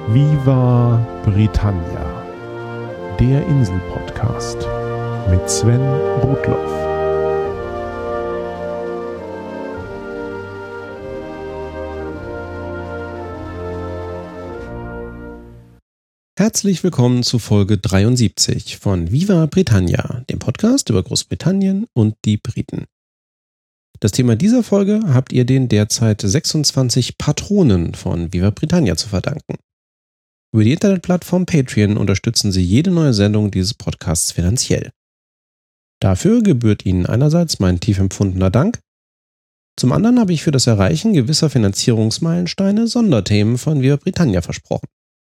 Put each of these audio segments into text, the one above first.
Viva Britannia, der Insel-Podcast mit Sven Rudloff. Herzlich willkommen zu Folge 73 von Viva Britannia, dem Podcast über Großbritannien und die Briten. Das Thema dieser Folge habt ihr den derzeit 26 Patronen von Viva Britannia zu verdanken. Über die Internetplattform Patreon unterstützen sie jede neue Sendung dieses Podcasts finanziell. Dafür gebührt ihnen einerseits mein tief empfundener Dank, zum anderen habe ich für das Erreichen gewisser Finanzierungsmeilensteine Sonderthemen von Viva Britannia versprochen.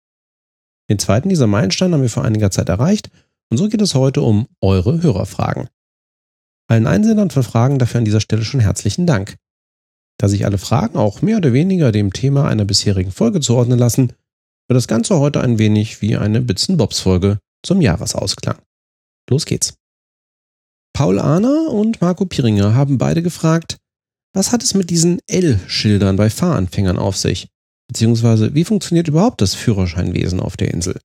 Den zweiten dieser Meilensteine haben wir vor einiger Zeit erreicht und so geht es heute um eure Hörerfragen. Allen Einsendern von Fragen dafür an dieser Stelle schon herzlichen Dank. Da sich alle Fragen auch mehr oder weniger dem Thema einer bisherigen Folge zuordnen lassen, wird das Ganze heute ein wenig wie eine Bits-and-Bobs-Folge zum Jahresausklang. Los geht's. Paul Ahner und Marco Piringer haben beide gefragt, was hat es mit diesen L-Schildern bei Fahranfängern auf sich? Beziehungsweise, wie funktioniert überhaupt das Führerscheinwesen auf der Insel?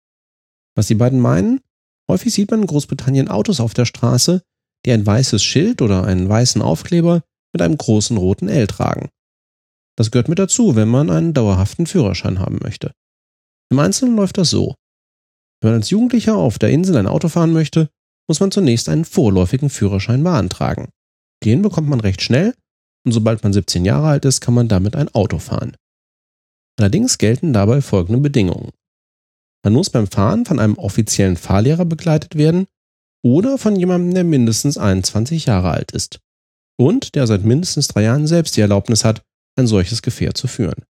Was die beiden meinen? Häufig sieht man in Großbritannien Autos auf der Straße, die ein weißes Schild oder einen weißen Aufkleber mit einem großen roten L tragen. Das gehört mit dazu, wenn man einen dauerhaften Führerschein haben möchte. Im Einzelnen läuft das so. Wenn man als Jugendlicher auf der Insel ein Auto fahren möchte, muss man zunächst einen vorläufigen Führerschein beantragen. Den bekommt man recht schnell und sobald man 17 Jahre alt ist, kann man damit ein Auto fahren. Allerdings gelten dabei folgende Bedingungen. Man muss beim Fahren von einem offiziellen Fahrlehrer begleitet werden oder von jemandem, der mindestens 21 Jahre alt ist und der seit mindestens 3 Jahren selbst die Erlaubnis hat, ein solches Gefährt zu führen.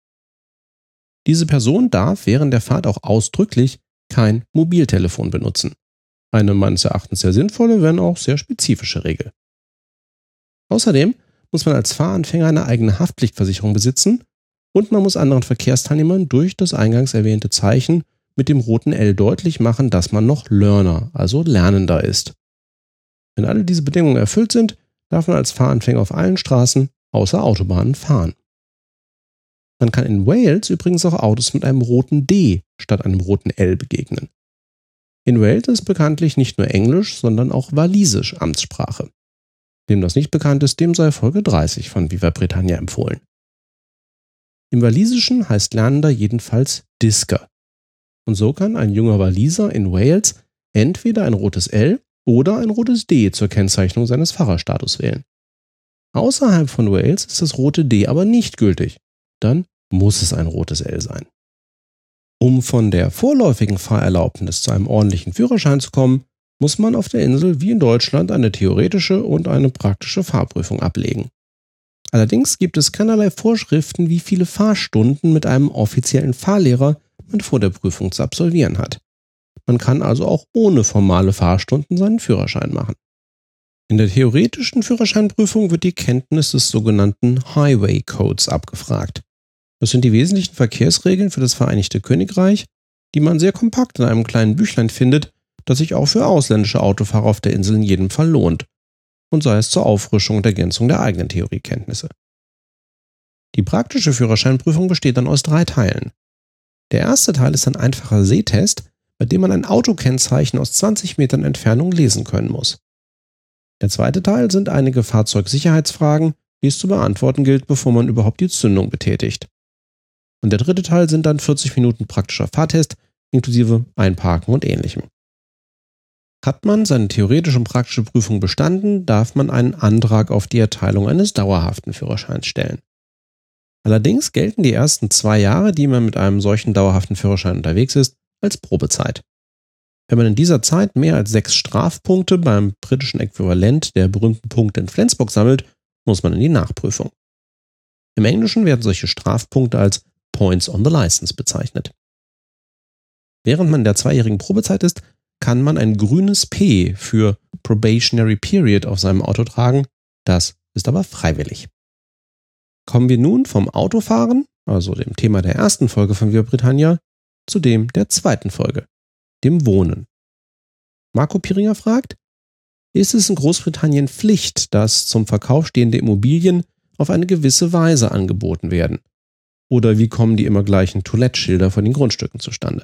Diese Person darf während der Fahrt auch ausdrücklich kein Mobiltelefon benutzen. Eine meines Erachtens sehr sinnvolle, wenn auch sehr spezifische Regel. Außerdem muss man als Fahranfänger eine eigene Haftpflichtversicherung besitzen und man muss anderen Verkehrsteilnehmern durch das eingangs erwähnte Zeichen mit dem roten L deutlich machen, dass man noch Learner, also Lernender ist. Wenn alle diese Bedingungen erfüllt sind, darf man als Fahranfänger auf allen Straßen außer Autobahnen fahren. Man kann in Wales übrigens auch Autos mit einem roten D statt einem roten L begegnen. In Wales ist bekanntlich nicht nur Englisch, sondern auch Walisisch Amtssprache. Wem das nicht bekannt ist, dem sei Folge 30 von Viva Britannia empfohlen. Im Walisischen heißt Lernender jedenfalls Disker. Und so kann ein junger Waliser in Wales entweder ein rotes L oder ein rotes D zur Kennzeichnung seines Fahrerstatus wählen. Außerhalb von Wales ist das rote D aber nicht gültig. Dann muss es ein rotes L sein. Um von der vorläufigen Fahrerlaubnis zu einem ordentlichen Führerschein zu kommen, muss man auf der Insel wie in Deutschland eine theoretische und eine praktische Fahrprüfung ablegen. Allerdings gibt es keinerlei Vorschriften, wie viele Fahrstunden mit einem offiziellen Fahrlehrer man vor der Prüfung zu absolvieren hat. Man kann also auch ohne formale Fahrstunden seinen Führerschein machen. In der theoretischen Führerscheinprüfung wird die Kenntnis des sogenannten Highway Codes abgefragt. Das sind die wesentlichen Verkehrsregeln für das Vereinigte Königreich, die man sehr kompakt in einem kleinen Büchlein findet, das sich auch für ausländische Autofahrer auf der Insel in jedem Fall lohnt. Und sei es zur Auffrischung und Ergänzung der eigenen Theoriekenntnisse. Die praktische Führerscheinprüfung besteht dann aus 3 Teilen. Der erste Teil ist ein einfacher Sehtest, bei dem man ein Autokennzeichen aus 20 Metern Entfernung lesen können muss. Der zweite Teil sind einige Fahrzeugsicherheitsfragen, die es zu beantworten gilt, bevor man überhaupt die Zündung betätigt. Und der dritte Teil sind dann 40 Minuten praktischer Fahrtest, inklusive Einparken und Ähnlichem. Hat man seine theoretische und praktische Prüfung bestanden, darf man einen Antrag auf die Erteilung eines dauerhaften Führerscheins stellen. Allerdings gelten die ersten 2 Jahre, die man mit einem solchen dauerhaften Führerschein unterwegs ist, als Probezeit. Wenn man in dieser Zeit mehr als 6 Strafpunkte beim britischen Äquivalent der berühmten Punkte in Flensburg sammelt, muss man in die Nachprüfung. Im Englischen werden solche Strafpunkte als Points on the License bezeichnet. Während man in der 2-jährigen Probezeit ist, kann man ein grünes P für Probationary Period auf seinem Auto tragen, das ist aber freiwillig. Kommen wir nun vom Autofahren, also dem Thema der ersten Folge von Viva Britannia, zu dem der zweiten Folge, dem Wohnen. Marco Piringer fragt, ist es in Großbritannien Pflicht, dass zum Verkauf stehende Immobilien auf eine gewisse Weise angeboten werden? Oder wie kommen die immer gleichen To-Let-Schilder von den Grundstücken zustande?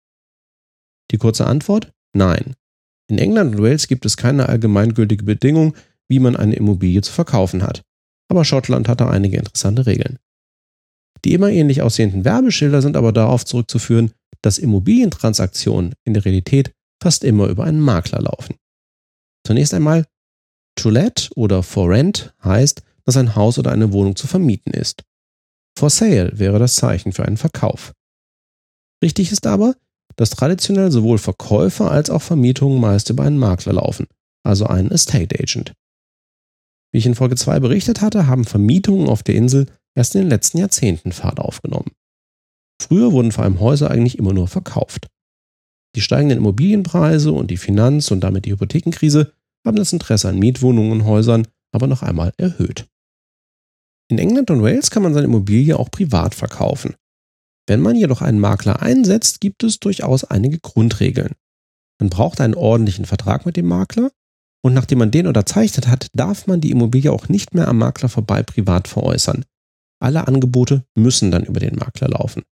Die kurze Antwort? Nein. In England und Wales gibt es keine allgemeingültige Bedingung, wie man eine Immobilie zu verkaufen hat. Aber Schottland hat da einige interessante Regeln. Die immer ähnlich aussehenden Werbeschilder sind aber darauf zurückzuführen, dass Immobilientransaktionen in der Realität fast immer über einen Makler laufen. Zunächst einmal, To Let oder For Rent heißt, dass ein Haus oder eine Wohnung zu vermieten ist. For Sale wäre das Zeichen für einen Verkauf. Richtig ist aber, dass traditionell sowohl Verkäufe als auch Vermietungen meist über einen Makler laufen, also einen Estate Agent. Wie ich in Folge 2 berichtet hatte, haben Vermietungen auf der Insel erst in den letzten Jahrzehnten Fahrt aufgenommen. Früher wurden vor allem Häuser eigentlich immer nur verkauft. Die steigenden Immobilienpreise und die Finanz- und damit die Hypothekenkrise haben das Interesse an Mietwohnungen und Häusern aber noch einmal erhöht. In England und Wales kann man seine Immobilie auch privat verkaufen. Wenn man jedoch einen Makler einsetzt, gibt es durchaus einige Grundregeln. Man braucht einen ordentlichen Vertrag mit dem Makler und nachdem man den unterzeichnet hat, darf man die Immobilie auch nicht mehr am Makler vorbei privat veräußern. Alle Angebote müssen dann über den Makler laufen.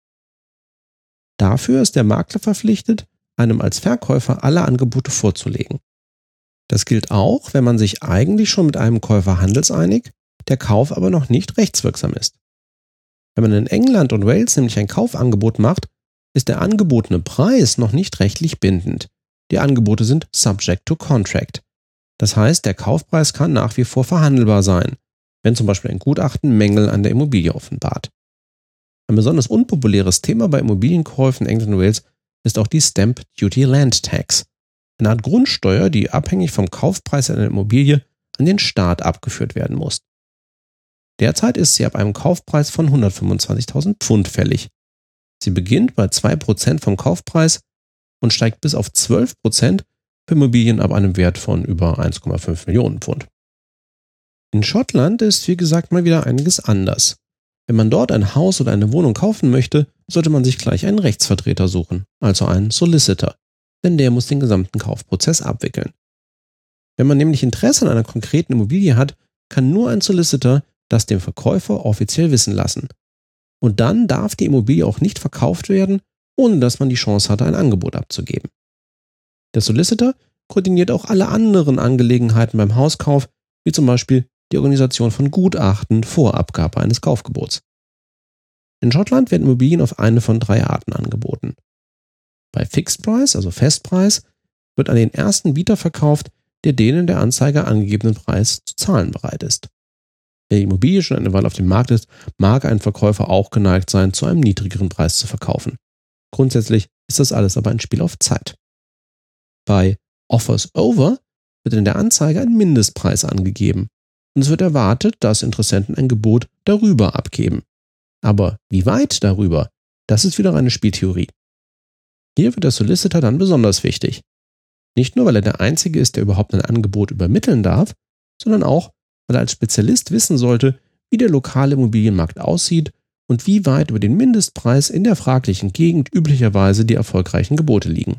Dafür ist der Makler verpflichtet, einem als Verkäufer alle Angebote vorzulegen. Das gilt auch, wenn man sich eigentlich schon mit einem Käufer handelseinig, der Kauf aber noch nicht rechtswirksam ist. Wenn man in England und Wales nämlich ein Kaufangebot macht, ist der angebotene Preis noch nicht rechtlich bindend. Die Angebote sind subject to contract. Das heißt, der Kaufpreis kann nach wie vor verhandelbar sein, wenn zum Beispiel ein Gutachten Mängel an der Immobilie offenbart. Ein besonders unpopuläres Thema bei Immobilienkäufen in England und Wales ist auch die Stamp Duty Land Tax, eine Art Grundsteuer, die abhängig vom Kaufpreis einer Immobilie an den Staat abgeführt werden muss. Derzeit ist sie ab einem Kaufpreis von 125.000 Pfund fällig. Sie beginnt bei 2% vom Kaufpreis und steigt bis auf 12% für Immobilien ab einem Wert von über 1,5 Millionen Pfund. In Schottland ist, wie gesagt, mal wieder einiges anders. Wenn man dort ein Haus oder eine Wohnung kaufen möchte, sollte man sich gleich einen Rechtsvertreter suchen, also einen Solicitor, denn der muss den gesamten Kaufprozess abwickeln. Wenn man nämlich Interesse an einer konkreten Immobilie hat, kann nur ein Solicitor das dem Verkäufer offiziell wissen lassen. Und dann darf die Immobilie auch nicht verkauft werden, ohne dass man die Chance hatte, ein Angebot abzugeben. Der Solicitor koordiniert auch alle anderen Angelegenheiten beim Hauskauf, wie zum Beispiel die Organisation von Gutachten vor Abgabe eines Kaufgebots. In Schottland werden Immobilien auf eine von 3 Arten angeboten. Bei Fixed Price, also Festpreis, wird an den ersten Bieter verkauft, der den in der Anzeige angegebenen Preis zu zahlen bereit ist. Wenn die Immobilie schon eine Weile auf dem Markt ist, mag ein Verkäufer auch geneigt sein, zu einem niedrigeren Preis zu verkaufen. Grundsätzlich ist das alles aber ein Spiel auf Zeit. Bei Offers Over wird in der Anzeige ein Mindestpreis angegeben und es wird erwartet, dass Interessenten ein Gebot darüber abgeben. Aber wie weit darüber, das ist wieder eine Spieltheorie. Hier wird der Solicitor dann besonders wichtig. Nicht nur, weil er der Einzige ist, der überhaupt ein Angebot übermitteln darf, sondern auch, weil er als Spezialist wissen sollte, wie der lokale Immobilienmarkt aussieht und wie weit über den Mindestpreis in der fraglichen Gegend üblicherweise die erfolgreichen Gebote liegen.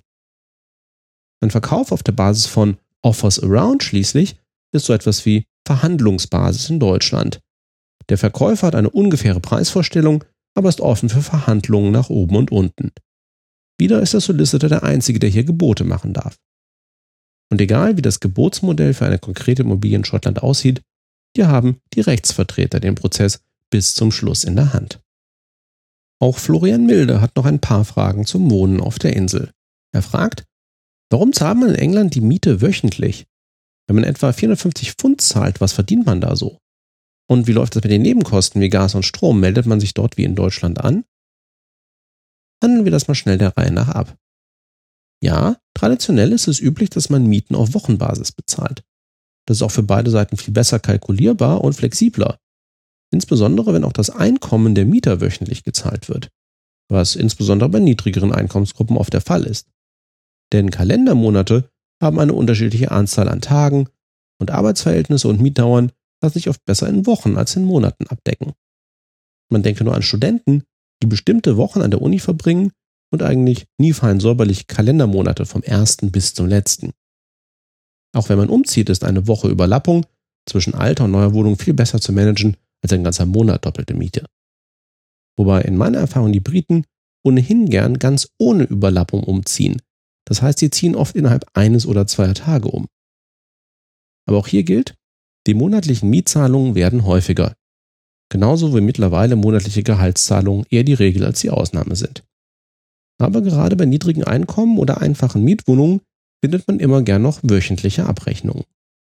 Ein Verkauf auf der Basis von Offers Around schließlich ist so etwas wie Verhandlungsbasis in Deutschland. Der Verkäufer hat eine ungefähre Preisvorstellung, aber ist offen für Verhandlungen nach oben und unten. Wieder ist der Solicitor der Einzige, der hier Gebote machen darf. Und egal wie das Gebotsmodell für eine konkrete Immobilie in Schottland aussieht, hier haben die Rechtsvertreter den Prozess bis zum Schluss in der Hand. Auch Florian Milde hat noch ein paar Fragen zum Wohnen auf der Insel. Er fragt, warum zahlt man in England die Miete wöchentlich? Wenn man etwa 450 Pfund zahlt, was verdient man da so? Und wie läuft das mit den Nebenkosten wie Gas und Strom? Meldet man sich dort wie in Deutschland an? Handeln wir das mal schnell der Reihe nach ab. Ja, traditionell ist es üblich, dass man Mieten auf Wochenbasis bezahlt. Das ist auch für beide Seiten viel besser kalkulierbar und flexibler. Insbesondere, wenn auch das Einkommen der Mieter wöchentlich gezahlt wird, was insbesondere bei niedrigeren Einkommensgruppen oft der Fall ist. Denn Kalendermonate haben eine unterschiedliche Anzahl an Tagen und Arbeitsverhältnisse und Mietdauern lassen sich oft besser in Wochen als in Monaten abdecken. Man denke nur an Studenten, die bestimmte Wochen an der Uni verbringen und eigentlich nie fein säuberlich Kalendermonate vom ersten bis zum letzten. Auch wenn man umzieht, ist eine Woche Überlappung zwischen alter und neuer Wohnung viel besser zu managen als ein ganzer Monat doppelte Miete. Wobei in meiner Erfahrung die Briten ohnehin gern ganz ohne Überlappung umziehen. Das heißt, sie ziehen oft innerhalb eines oder 2 Tage um. Aber auch hier gilt, die monatlichen Mietzahlungen werden häufiger. Genauso wie mittlerweile monatliche Gehaltszahlungen eher die Regel als die Ausnahme sind. Aber gerade bei niedrigen Einkommen oder einfachen Mietwohnungen findet man immer gern noch wöchentliche Abrechnungen.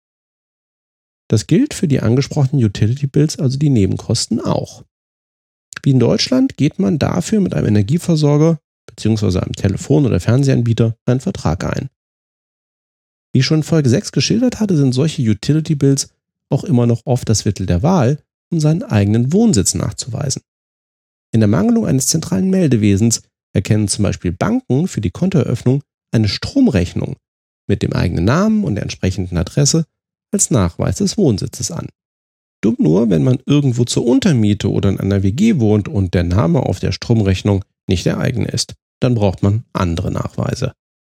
Das gilt für die angesprochenen Utility Bills, also die Nebenkosten, auch. Wie in Deutschland geht man dafür mit einem Energieversorger bzw. einem Telefon- oder Fernsehanbieter einen Vertrag ein. Wie ich schon in Folge 6 geschildert hatte, sind solche Utility Bills auch immer noch oft das Mittel der Wahl, um seinen eigenen Wohnsitz nachzuweisen. In der Mangelung eines zentralen Meldewesens erkennen zum Beispiel Banken für die Kontoeröffnung eine Stromrechnung mit dem eigenen Namen und der entsprechenden Adresse als Nachweis des Wohnsitzes an. Dumm nur, wenn man irgendwo zur Untermiete oder in einer WG wohnt und der Name auf der Stromrechnung nicht der eigene ist. Dann braucht man andere Nachweise.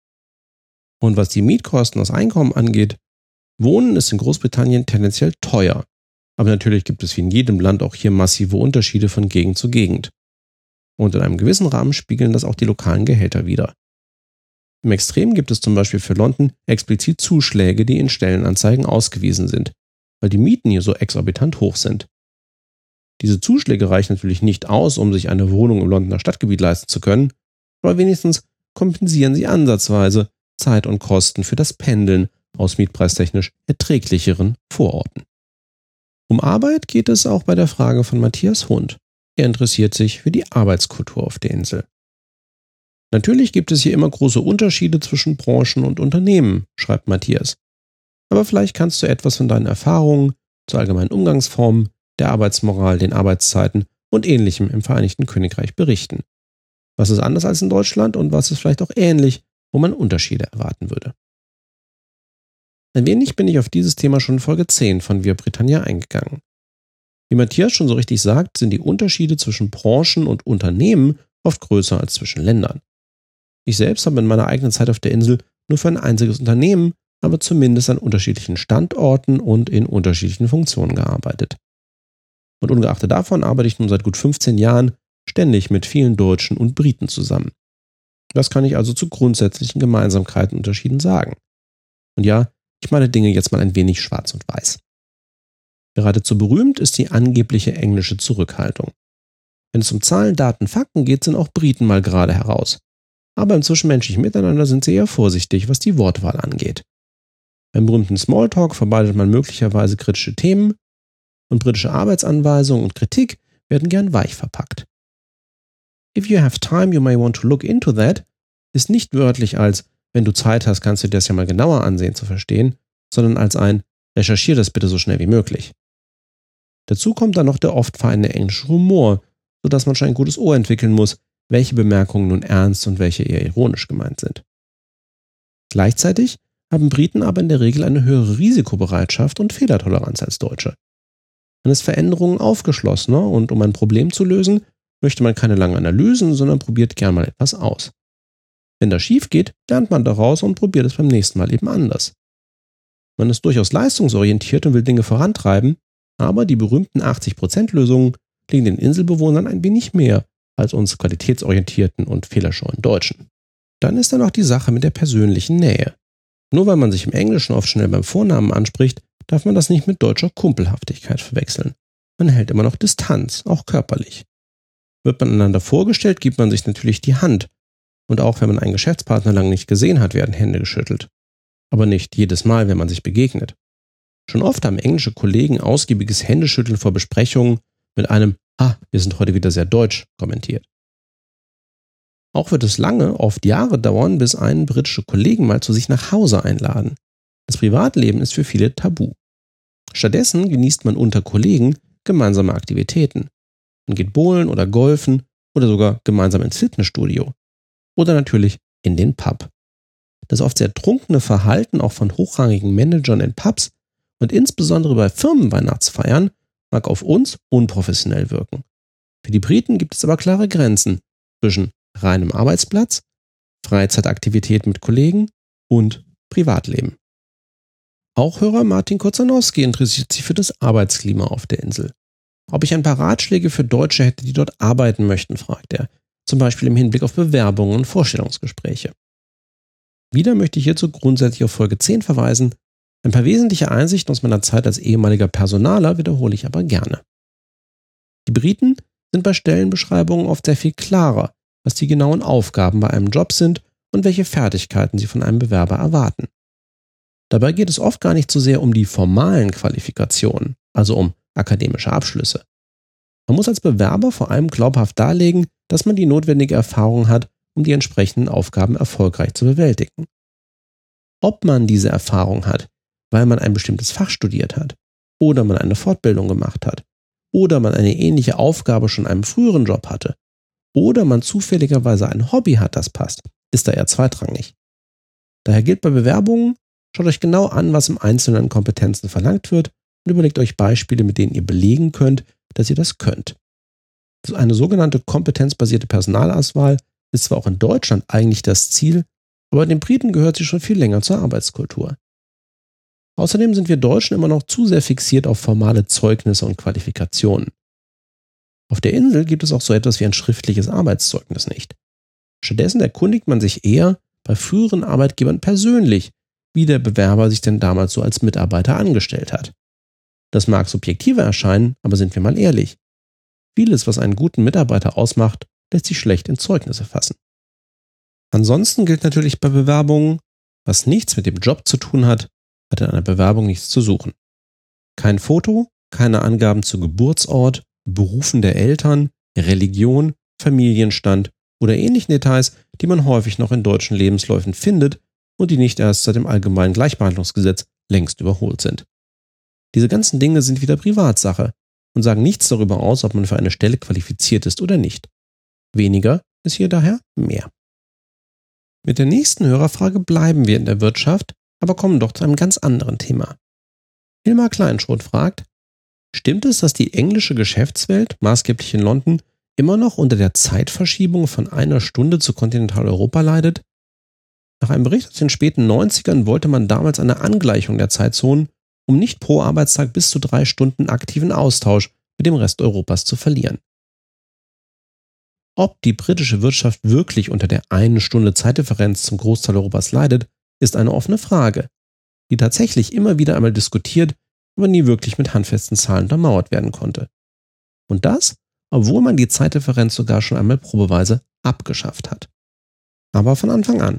Und was die Mietkosten aus Einkommen angeht, Wohnen ist in Großbritannien tendenziell teuer. Aber natürlich gibt es wie in jedem Land auch hier massive Unterschiede von Gegend zu Gegend. Und in einem gewissen Rahmen spiegeln das auch die lokalen Gehälter wider. Im Extrem gibt es zum Beispiel für London explizit Zuschläge, die in Stellenanzeigen ausgewiesen sind, weil die Mieten hier so exorbitant hoch sind. Diese Zuschläge reichen natürlich nicht aus, um sich eine Wohnung im Londoner Stadtgebiet leisten zu können, aber wenigstens kompensieren sie ansatzweise Zeit und Kosten für das Pendeln aus mietpreistechnisch erträglicheren Vororten. Um Arbeit geht es auch bei der Frage von Matthias Hund. Er interessiert sich für die Arbeitskultur auf der Insel. Natürlich gibt es hier immer große Unterschiede zwischen Branchen und Unternehmen, schreibt Matthias. Aber vielleicht kannst du etwas von deinen Erfahrungen zur allgemeinen Umgangsformen, der Arbeitsmoral, den Arbeitszeiten und Ähnlichem im Vereinigten Königreich berichten. Was ist anders als in Deutschland und was ist vielleicht auch ähnlich, wo man Unterschiede erwarten würde. Ein wenig bin ich auf dieses Thema schon in Folge 10 von Viva Britannia eingegangen. Wie Matthias schon so richtig sagt, sind die Unterschiede zwischen Branchen und Unternehmen oft größer als zwischen Ländern. Ich selbst habe in meiner eigenen Zeit auf der Insel nur für ein einziges Unternehmen, aber zumindest an unterschiedlichen Standorten und in unterschiedlichen Funktionen gearbeitet. Und ungeachtet davon arbeite ich nun seit gut 15 Jahren ständig mit vielen Deutschen und Briten zusammen. Das kann ich also zu grundsätzlichen Gemeinsamkeiten und Unterschieden sagen. Und ja, ich meine Dinge jetzt mal ein wenig schwarz und weiß. Geradezu berühmt ist die angebliche englische Zurückhaltung. Wenn es um Zahlen, Daten, Fakten geht, sind auch Briten mal gerade heraus. Aber im zwischenmenschlichen Miteinander sind sie eher vorsichtig, was die Wortwahl angeht. Beim berühmten Smalltalk verbreitet man möglicherweise kritische Themen und britische Arbeitsanweisungen und Kritik werden gern weich verpackt. If you have time, you may want to look into that ist nicht wörtlich als wenn du Zeit hast, kannst du dir das ja mal genauer ansehen zu verstehen, sondern als ein recherchier das bitte so schnell wie möglich. Dazu kommt dann noch der oft vereinende englische Humor, sodass man schon ein gutes Ohr entwickeln muss, welche Bemerkungen nun ernst und welche eher ironisch gemeint sind. Gleichzeitig haben Briten aber in der Regel eine höhere Risikobereitschaft und Fehlertoleranz als Deutsche. Man ist Veränderungen aufgeschlossener und um ein Problem zu lösen, möchte man keine langen Analysen, sondern probiert gern mal etwas aus. Wenn das schief geht, lernt man daraus und probiert es beim nächsten Mal eben anders. Man ist durchaus leistungsorientiert und will Dinge vorantreiben, aber die berühmten 80%-Lösungen liegen den Inselbewohnern ein wenig mehr als uns qualitätsorientierten und fehlerscheuen Deutschen. Dann ist da noch die Sache mit der persönlichen Nähe. Nur weil man sich im Englischen oft schnell beim Vornamen anspricht, darf man das nicht mit deutscher Kumpelhaftigkeit verwechseln. Man hält immer noch Distanz, auch körperlich. Wird man einander vorgestellt, gibt man sich natürlich die Hand. Und auch wenn man einen Geschäftspartner lange nicht gesehen hat, werden Hände geschüttelt. Aber nicht jedes Mal, wenn man sich begegnet. Schon oft haben englische Kollegen ausgiebiges Händeschütteln vor Besprechungen mit einem wir sind heute wieder sehr deutsch kommentiert. Auch wird es lange, oft Jahre dauern, bis einen britische Kollegen mal zu sich nach Hause einladen. Das Privatleben ist für viele tabu. Stattdessen genießt man unter Kollegen gemeinsame Aktivitäten. Man geht bowlen oder golfen oder sogar gemeinsam ins Fitnessstudio. Oder natürlich in den Pub. Das oft sehr trunkene Verhalten auch von hochrangigen Managern in Pubs und insbesondere bei Firmenweihnachtsfeiern mag auf uns unprofessionell wirken. Für die Briten gibt es aber klare Grenzen zwischen reinem Arbeitsplatz, Freizeitaktivität mit Kollegen und Privatleben. Auch Hörer Martin Korzanowski interessiert sich für das Arbeitsklima auf der Insel. ob ich ein paar Ratschläge für Deutsche hätte, die dort arbeiten möchten, fragt er. Zum Beispiel im Hinblick auf Bewerbungen und Vorstellungsgespräche. Wieder möchte ich hierzu grundsätzlich auf Folge 10 verweisen. Ein paar wesentliche Einsichten aus meiner Zeit als ehemaliger Personaler wiederhole ich aber gerne. Die Briten sind bei Stellenbeschreibungen oft sehr viel klarer, was die genauen Aufgaben bei einem Job sind und welche Fertigkeiten sie von einem Bewerber erwarten. Dabei geht es oft gar nicht so sehr um die formalen Qualifikationen, also um akademische Abschlüsse. Man muss als Bewerber vor allem glaubhaft darlegen, dass man die notwendige Erfahrung hat, um die entsprechenden Aufgaben erfolgreich zu bewältigen. Ob man diese Erfahrung hat, weil man ein bestimmtes Fach studiert hat, oder man eine Fortbildung gemacht hat, oder man eine ähnliche Aufgabe schon in einem früheren Job hatte, oder man zufälligerweise ein Hobby hat, das passt, ist da eher zweitrangig. Daher gilt bei Bewerbungen, schaut euch genau an, was im Einzelnen an Kompetenzen verlangt wird und überlegt euch Beispiele, mit denen ihr belegen könnt, dass ihr das könnt. Eine sogenannte kompetenzbasierte Personalauswahl ist zwar auch in Deutschland eigentlich das Ziel, aber den Briten gehört sie schon viel länger zur Arbeitskultur. Außerdem sind wir Deutschen immer noch zu sehr fixiert auf formale Zeugnisse und Qualifikationen. Auf der Insel gibt es auch so etwas wie ein schriftliches Arbeitszeugnis nicht. Stattdessen erkundigt man sich eher bei früheren Arbeitgebern persönlich, wie der Bewerber sich denn damals so als Mitarbeiter angestellt hat. Das mag subjektiver erscheinen, aber sind wir mal ehrlich. Vieles, was einen guten Mitarbeiter ausmacht, lässt sich schlecht in Zeugnisse fassen. Ansonsten gilt natürlich bei Bewerbungen, was nichts mit dem Job zu tun hat, hat in einer Bewerbung nichts zu suchen. Kein Foto, keine Angaben zu Geburtsort, Berufen der Eltern, Religion, Familienstand oder ähnlichen Details, die man häufig noch in deutschen Lebensläufen findet und die nicht erst seit dem allgemeinen Gleichbehandlungsgesetz längst überholt sind. Diese ganzen Dinge sind wieder Privatsache und sagen nichts darüber aus, ob man für eine Stelle qualifiziert ist oder nicht. Weniger ist hier daher mehr. Mit der nächsten Hörerfrage bleiben wir in der Wirtschaft, aber kommen doch zu einem ganz anderen Thema. Hilmar Kleinschroth fragt: Stimmt es, dass die englische Geschäftswelt, maßgeblich in London, immer noch unter der Zeitverschiebung von einer Stunde zu Kontinentaleuropa leidet? Nach einem Bericht aus den späten 90ern wollte man damals eine Angleichung der Zeitzonen, um nicht pro Arbeitstag bis zu 3 Stunden aktiven Austausch mit dem Rest Europas zu verlieren. Ob die britische Wirtschaft wirklich unter der 1 Stunde Zeitdifferenz zum Großteil Europas leidet, ist eine offene Frage, die tatsächlich immer wieder einmal diskutiert, aber nie wirklich mit handfesten Zahlen untermauert werden konnte. Und das, obwohl man die Zeitdifferenz sogar schon einmal probeweise abgeschafft hat. Aber von Anfang an.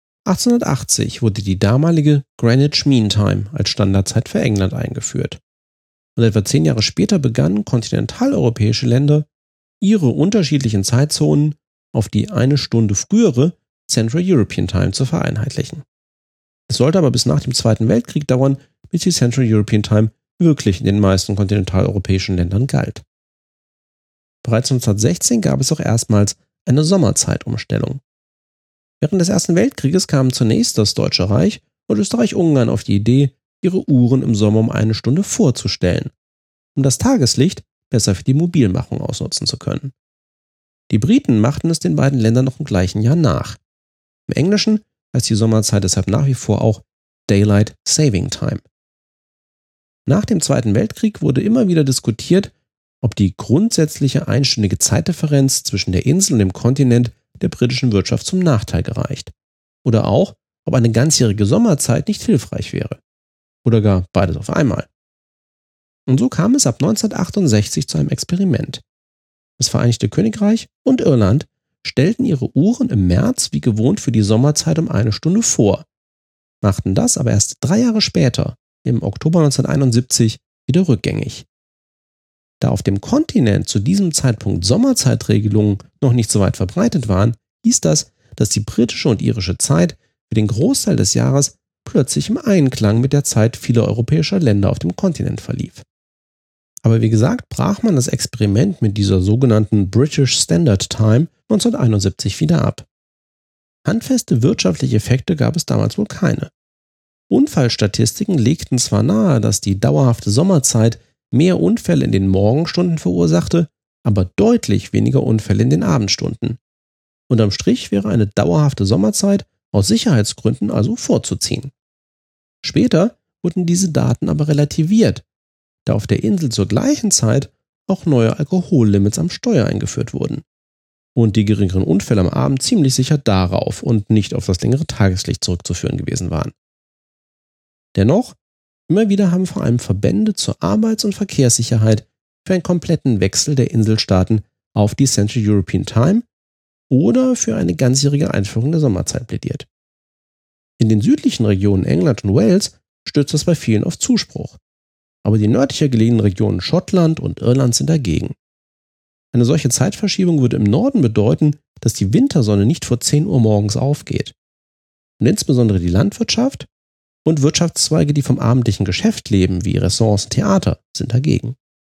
1880 wurde die damalige Greenwich Mean Time als Standardzeit für England eingeführt. Und etwa 10 Jahre später begannen kontinentaleuropäische Länder, ihre unterschiedlichen Zeitzonen auf die 1 Stunde frühere Central European Time zu vereinheitlichen. Es sollte aber bis nach dem Zweiten Weltkrieg dauern, bis die Central European Time wirklich in den meisten kontinentaleuropäischen Ländern galt. Bereits 1916 gab es auch erstmals eine Sommerzeitumstellung. Während des Ersten Weltkrieges kamen zunächst das Deutsche Reich und Österreich-Ungarn auf die Idee, ihre Uhren im Sommer um 1 Stunde vorzustellen, um das Tageslicht besser für die Mobilmachung ausnutzen zu können. Die Briten machten es den beiden Ländern noch im gleichen Jahr nach. Im Englischen heißt die Sommerzeit deshalb nach wie vor auch Daylight Saving Time. Nach dem Zweiten Weltkrieg wurde immer wieder diskutiert, ob die grundsätzliche einstündige Zeitdifferenz zwischen der Insel und dem Kontinent der britischen Wirtschaft zum Nachteil gereicht. Oder auch, ob eine ganzjährige Sommerzeit nicht hilfreich wäre. Oder gar beides auf einmal. Und so kam es ab 1968 zu einem Experiment. Das Vereinigte Königreich und Irland stellten ihre Uhren im März wie gewohnt für die Sommerzeit um 1 Stunde vor, machten das aber erst 3 Jahre später, im Oktober 1971, wieder rückgängig. Da auf dem Kontinent zu diesem Zeitpunkt Sommerzeitregelungen noch nicht so weit verbreitet waren, hieß das, dass die britische und irische Zeit für den Großteil des Jahres plötzlich im Einklang mit der Zeit vieler europäischer Länder auf dem Kontinent verlief. Aber wie gesagt, brach man das Experiment mit dieser sogenannten British Standard Time 1971 wieder ab. Handfeste wirtschaftliche Effekte gab es damals wohl keine. Unfallstatistiken legten zwar nahe, dass die dauerhafte Sommerzeit mehr Unfälle in den Morgenstunden verursachte, aber deutlich weniger Unfälle in den Abendstunden. Unterm Strich wäre eine dauerhafte Sommerzeit aus Sicherheitsgründen also vorzuziehen. Später wurden diese Daten aber relativiert, da auf der Insel zur gleichen Zeit auch neue Alkohollimits am Steuer eingeführt wurden. Und die geringeren Unfälle am Abend ziemlich sicher darauf und nicht auf das längere Tageslicht zurückzuführen gewesen waren. Dennoch, immer wieder haben vor allem Verbände zur Arbeits- und Verkehrssicherheit für einen kompletten Wechsel der Inselstaaten auf die Central European Time oder für eine ganzjährige Einführung der Sommerzeit plädiert. In den südlichen Regionen England und Wales stößt das bei vielen auf Zuspruch, aber die nördlicher gelegenen Regionen Schottland und Irland sind dagegen. Eine solche Zeitverschiebung würde im Norden bedeuten, dass die Wintersonne nicht vor 10 Uhr morgens aufgeht. Und insbesondere die Landwirtschaft und Wirtschaftszweige, die vom abendlichen Geschäft leben, wie Restaurants und Theater, sind dagegen.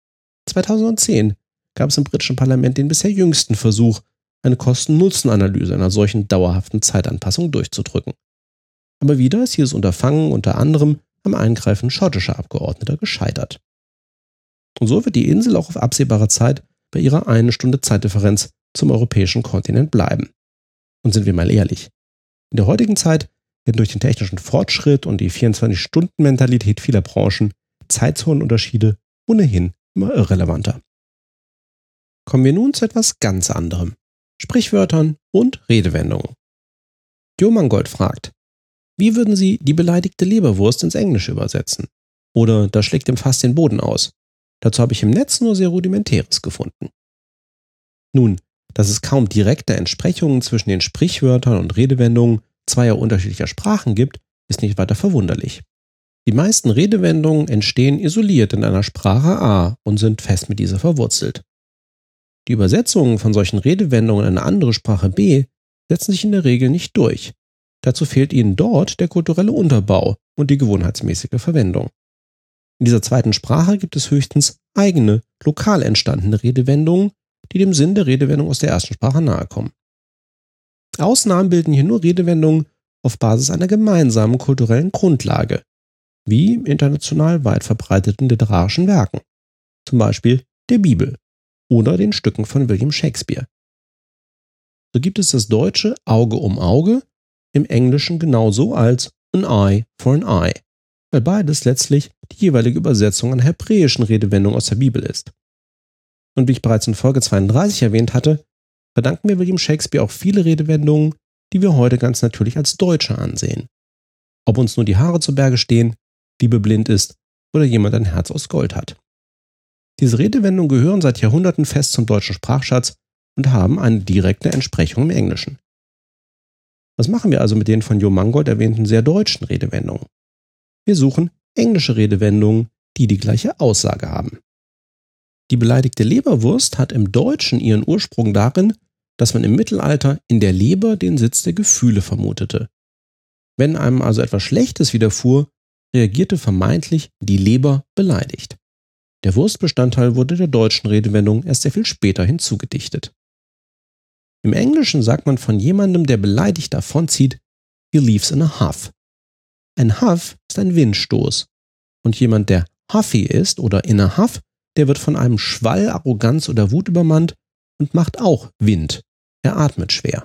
2010 gab es im britischen Parlament den bisher jüngsten Versuch, eine Kosten-Nutzen-Analyse einer solchen dauerhaften Zeitanpassung durchzudrücken. Aber wieder ist dieses Unterfangen unter anderem am Eingreifen schottischer Abgeordneter gescheitert. Und so wird die Insel auch auf absehbare Zeit bei ihrer 1 Stunde Zeitdifferenz zum europäischen Kontinent bleiben. Und sind wir mal ehrlich, in der heutigen Zeit werden durch den technischen Fortschritt und die 24-Stunden-Mentalität vieler Branchen Zeitzonenunterschiede ohnehin immer irrelevanter. Kommen wir nun zu etwas ganz anderem: Sprichwörtern und Redewendungen. Jo Mangold fragt: Wie würden Sie die beleidigte Leberwurst ins Englische übersetzen? Oder da schlägt dem Fass den Boden aus. Dazu habe ich im Netz nur sehr Rudimentäres gefunden. Nun, dass es kaum direkte Entsprechungen zwischen den Sprichwörtern und Redewendungen zweier unterschiedlicher Sprachen gibt, ist nicht weiter verwunderlich. Die meisten Redewendungen entstehen isoliert in einer Sprache A und sind fest mit dieser verwurzelt. Die Übersetzungen von solchen Redewendungen in eine andere Sprache B setzen sich in der Regel nicht durch. Dazu fehlt ihnen dort der kulturelle Unterbau und die gewohnheitsmäßige Verwendung. In dieser zweiten Sprache gibt es höchstens eigene, lokal entstandene Redewendungen, die dem Sinn der Redewendung aus der ersten Sprache nahekommen. Ausnahmen bilden hier nur Redewendungen auf Basis einer gemeinsamen kulturellen Grundlage, wie international weit verbreiteten literarischen Werken, zum Beispiel der Bibel oder den Stücken von William Shakespeare. So gibt es das deutsche Auge um Auge im Englischen genauso als an eye for an eye, weil beides letztlich die jeweilige Übersetzung einer hebräischen Redewendung aus der Bibel ist. Und wie ich bereits in Folge 32 erwähnt hatte, verdanken wir William Shakespeare auch viele Redewendungen, die wir heute ganz natürlich als Deutsche ansehen. Ob uns nur die Haare zu Berge stehen, Liebe blind ist oder jemand ein Herz aus Gold hat. Diese Redewendungen gehören seit Jahrhunderten fest zum deutschen Sprachschatz und haben eine direkte Entsprechung im Englischen. Was machen wir also mit den von Jo Mangold erwähnten sehr deutschen Redewendungen? Wir suchen englische Redewendungen, die die gleiche Aussage haben. Die beleidigte Leberwurst hat im Deutschen ihren Ursprung darin, dass man im Mittelalter in der Leber den Sitz der Gefühle vermutete. Wenn einem also etwas Schlechtes widerfuhr, reagierte vermeintlich die Leber beleidigt. Der Wurstbestandteil wurde der deutschen Redewendung erst sehr viel später hinzugedichtet. Im Englischen sagt man von jemandem, der beleidigt davonzieht, he leaves in a huff. Ein Huff ist ein Windstoß. Und jemand, der huffy ist oder in a huff, der wird von einem Schwall Arroganz oder Wut übermannt und macht auch Wind. Er atmet schwer.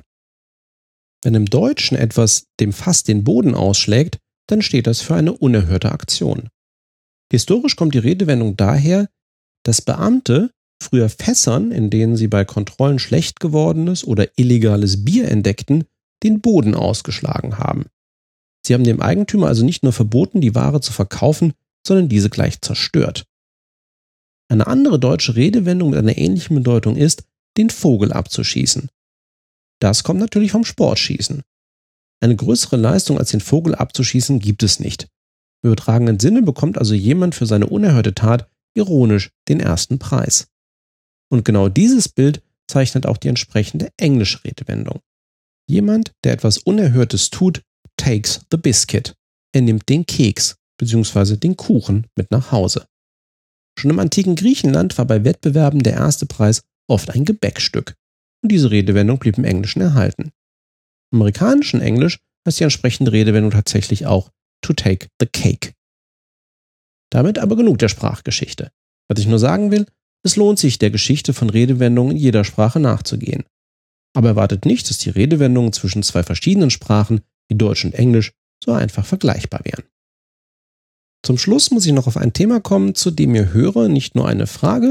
Wenn im Deutschen etwas dem Fass den Boden ausschlägt, dann steht das für eine unerhörte Aktion. Historisch kommt die Redewendung daher, dass Beamte früher Fässern, in denen sie bei Kontrollen schlecht gewordenes oder illegales Bier entdeckten, den Boden ausgeschlagen haben. Sie haben dem Eigentümer also nicht nur verboten, die Ware zu verkaufen, sondern diese gleich zerstört. Eine andere deutsche Redewendung mit einer ähnlichen Bedeutung ist, den Vogel abzuschießen. Das kommt natürlich vom Sportschießen. Eine größere Leistung als den Vogel abzuschießen gibt es nicht. Im übertragenen Sinne bekommt also jemand für seine unerhörte Tat ironisch den ersten Preis. Und genau dieses Bild zeichnet auch die entsprechende englische Redewendung. Jemand, der etwas Unerhörtes tut, takes the biscuit. Er nimmt den Keks bzw. den Kuchen mit nach Hause. Schon im antiken Griechenland war bei Wettbewerben der erste Preis oft ein Gebäckstück. Und diese Redewendung blieb im Englischen erhalten. Im amerikanischen Englisch heißt die entsprechende Redewendung tatsächlich auch to take the cake. Damit aber genug der Sprachgeschichte. Was ich nur sagen will, es lohnt sich, der Geschichte von Redewendungen in jeder Sprache nachzugehen. Aber erwartet nicht, dass die Redewendungen zwischen zwei verschiedenen Sprachen, wie Deutsch und Englisch, so einfach vergleichbar wären. Zum Schluss muss ich noch auf ein Thema kommen, zu dem mir Hörer nicht nur eine Frage,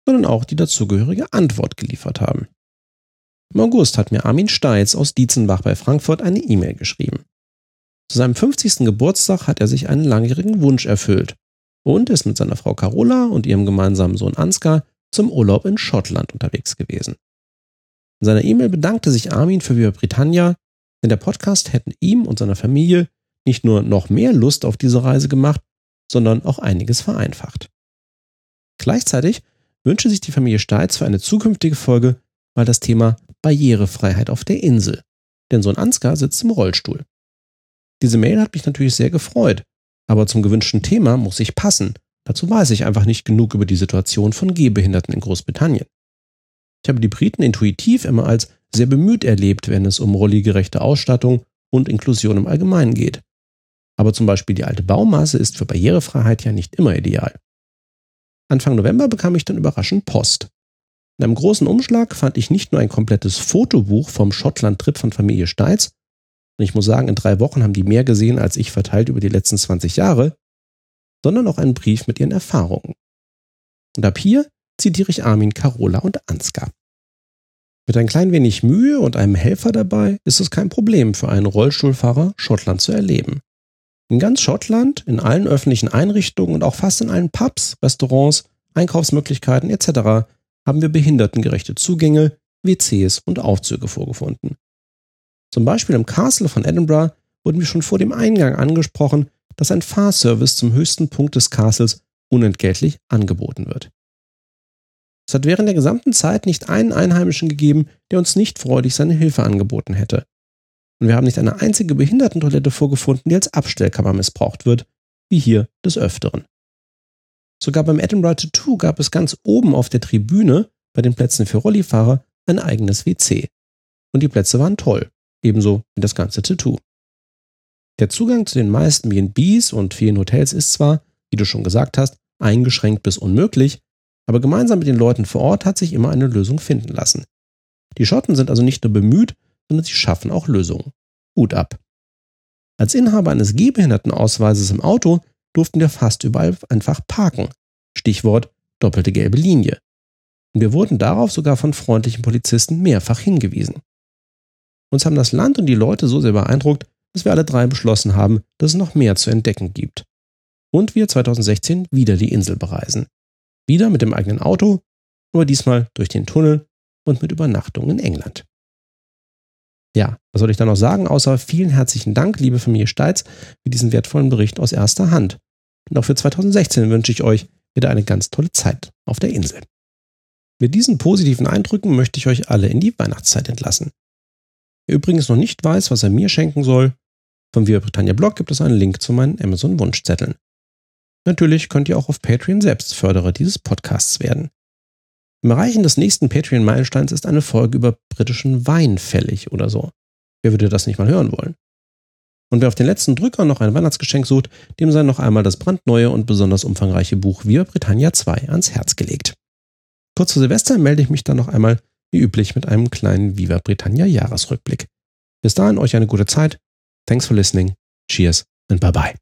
sondern auch die dazugehörige Antwort geliefert haben. Im August hat mir Armin Steitz aus Dietzenbach bei Frankfurt eine E-Mail geschrieben. Zu seinem 50. Geburtstag hat er sich einen langjährigen Wunsch erfüllt und ist mit seiner Frau Carola und ihrem gemeinsamen Sohn Ansgar zum Urlaub in Schottland unterwegs gewesen. In seiner E-Mail bedankte sich Armin für Viva Britannia, denn der Podcast hätte ihm und seiner Familie nicht nur noch mehr Lust auf diese Reise gemacht, sondern auch einiges vereinfacht. Gleichzeitig wünsche sich die Familie Steitz für eine zukünftige Folge mal das Thema Barrierefreiheit auf der Insel, denn Sohn Ansgar sitzt im Rollstuhl. Diese Mail hat mich natürlich sehr gefreut, aber zum gewünschten Thema muss ich passen. Dazu weiß ich einfach nicht genug über die Situation von Gehbehinderten in Großbritannien. Ich habe die Briten intuitiv immer als sehr bemüht erlebt, wenn es um rolligerechte Ausstattung und Inklusion im Allgemeinen geht. Aber zum Beispiel die alte Baumasse ist für Barrierefreiheit ja nicht immer ideal. Anfang November bekam ich dann überraschend Post. In einem großen Umschlag fand ich nicht nur ein komplettes Fotobuch vom Schottland-Trip von Familie Steitz, und ich muss sagen, in 3 Wochen haben die mehr gesehen als ich verteilt über die letzten 20 Jahre, sondern auch einen Brief mit ihren Erfahrungen. Und ab hier zitiere ich Armin, Carola und Ansgar. Mit ein klein wenig Mühe und einem Helfer dabei ist es kein Problem für einen Rollstuhlfahrer, Schottland zu erleben. In ganz Schottland, in allen öffentlichen Einrichtungen und auch fast in allen Pubs, Restaurants, Einkaufsmöglichkeiten etc. haben wir behindertengerechte Zugänge, WCs und Aufzüge vorgefunden. Zum Beispiel im Castle von Edinburgh wurden wir schon vor dem Eingang angesprochen, dass ein Fahrservice zum höchsten Punkt des Castles unentgeltlich angeboten wird. Es hat während der gesamten Zeit nicht einen Einheimischen gegeben, der uns nicht freudig seine Hilfe angeboten hätte. Und wir haben nicht eine einzige Behindertentoilette vorgefunden, die als Abstellkammer missbraucht wird, wie hier des Öfteren. Sogar beim Edinburgh Tattoo gab es ganz oben auf der Tribüne, bei den Plätzen für Rollifahrer, ein eigenes WC. Und die Plätze waren toll, ebenso wie das ganze Tattoo. Der Zugang zu den meisten B&Bs und vielen Hotels ist zwar, wie du schon gesagt hast, eingeschränkt bis unmöglich, aber gemeinsam mit den Leuten vor Ort hat sich immer eine Lösung finden lassen. Die Schotten sind also nicht nur bemüht, sondern sie schaffen auch Lösungen. Hut ab. Als Inhaber eines Gehbehindertenausweises im Auto durften wir fast überall einfach parken. Stichwort doppelte gelbe Linie. Und wir wurden darauf sogar von freundlichen Polizisten mehrfach hingewiesen. Uns haben das Land und die Leute so sehr beeindruckt, dass wir alle 3 beschlossen haben, dass es noch mehr zu entdecken gibt. Und wir 2016 wieder die Insel bereisen. Wieder mit dem eigenen Auto, aber diesmal durch den Tunnel und mit Übernachtung in England. Ja, was soll ich da noch sagen, außer vielen herzlichen Dank, liebe Familie Steitz, für diesen wertvollen Bericht aus erster Hand. Und auch für 2016 wünsche ich euch wieder eine ganz tolle Zeit auf der Insel. Mit diesen positiven Eindrücken möchte ich euch alle in die Weihnachtszeit entlassen. Wer übrigens noch nicht weiß, was er mir schenken soll, vom Viva Britannia Blog gibt es einen Link zu meinen Amazon-Wunschzetteln. Natürlich könnt ihr auch auf Patreon selbst Förderer dieses Podcasts werden. Im Erreichen des nächsten Patreon-Meilensteins ist eine Folge über britischen Wein fällig oder so. Wer würde das nicht mal hören wollen? Und wer auf den letzten Drücker noch ein Weihnachtsgeschenk sucht, dem sei noch einmal das brandneue und besonders umfangreiche Buch Viva Britannia 2 ans Herz gelegt. Kurz vor Silvester melde ich mich dann noch einmal, wie üblich, mit einem kleinen Viva Britannia Jahresrückblick. Bis dahin euch eine gute Zeit. Thanks for listening. Cheers and bye bye.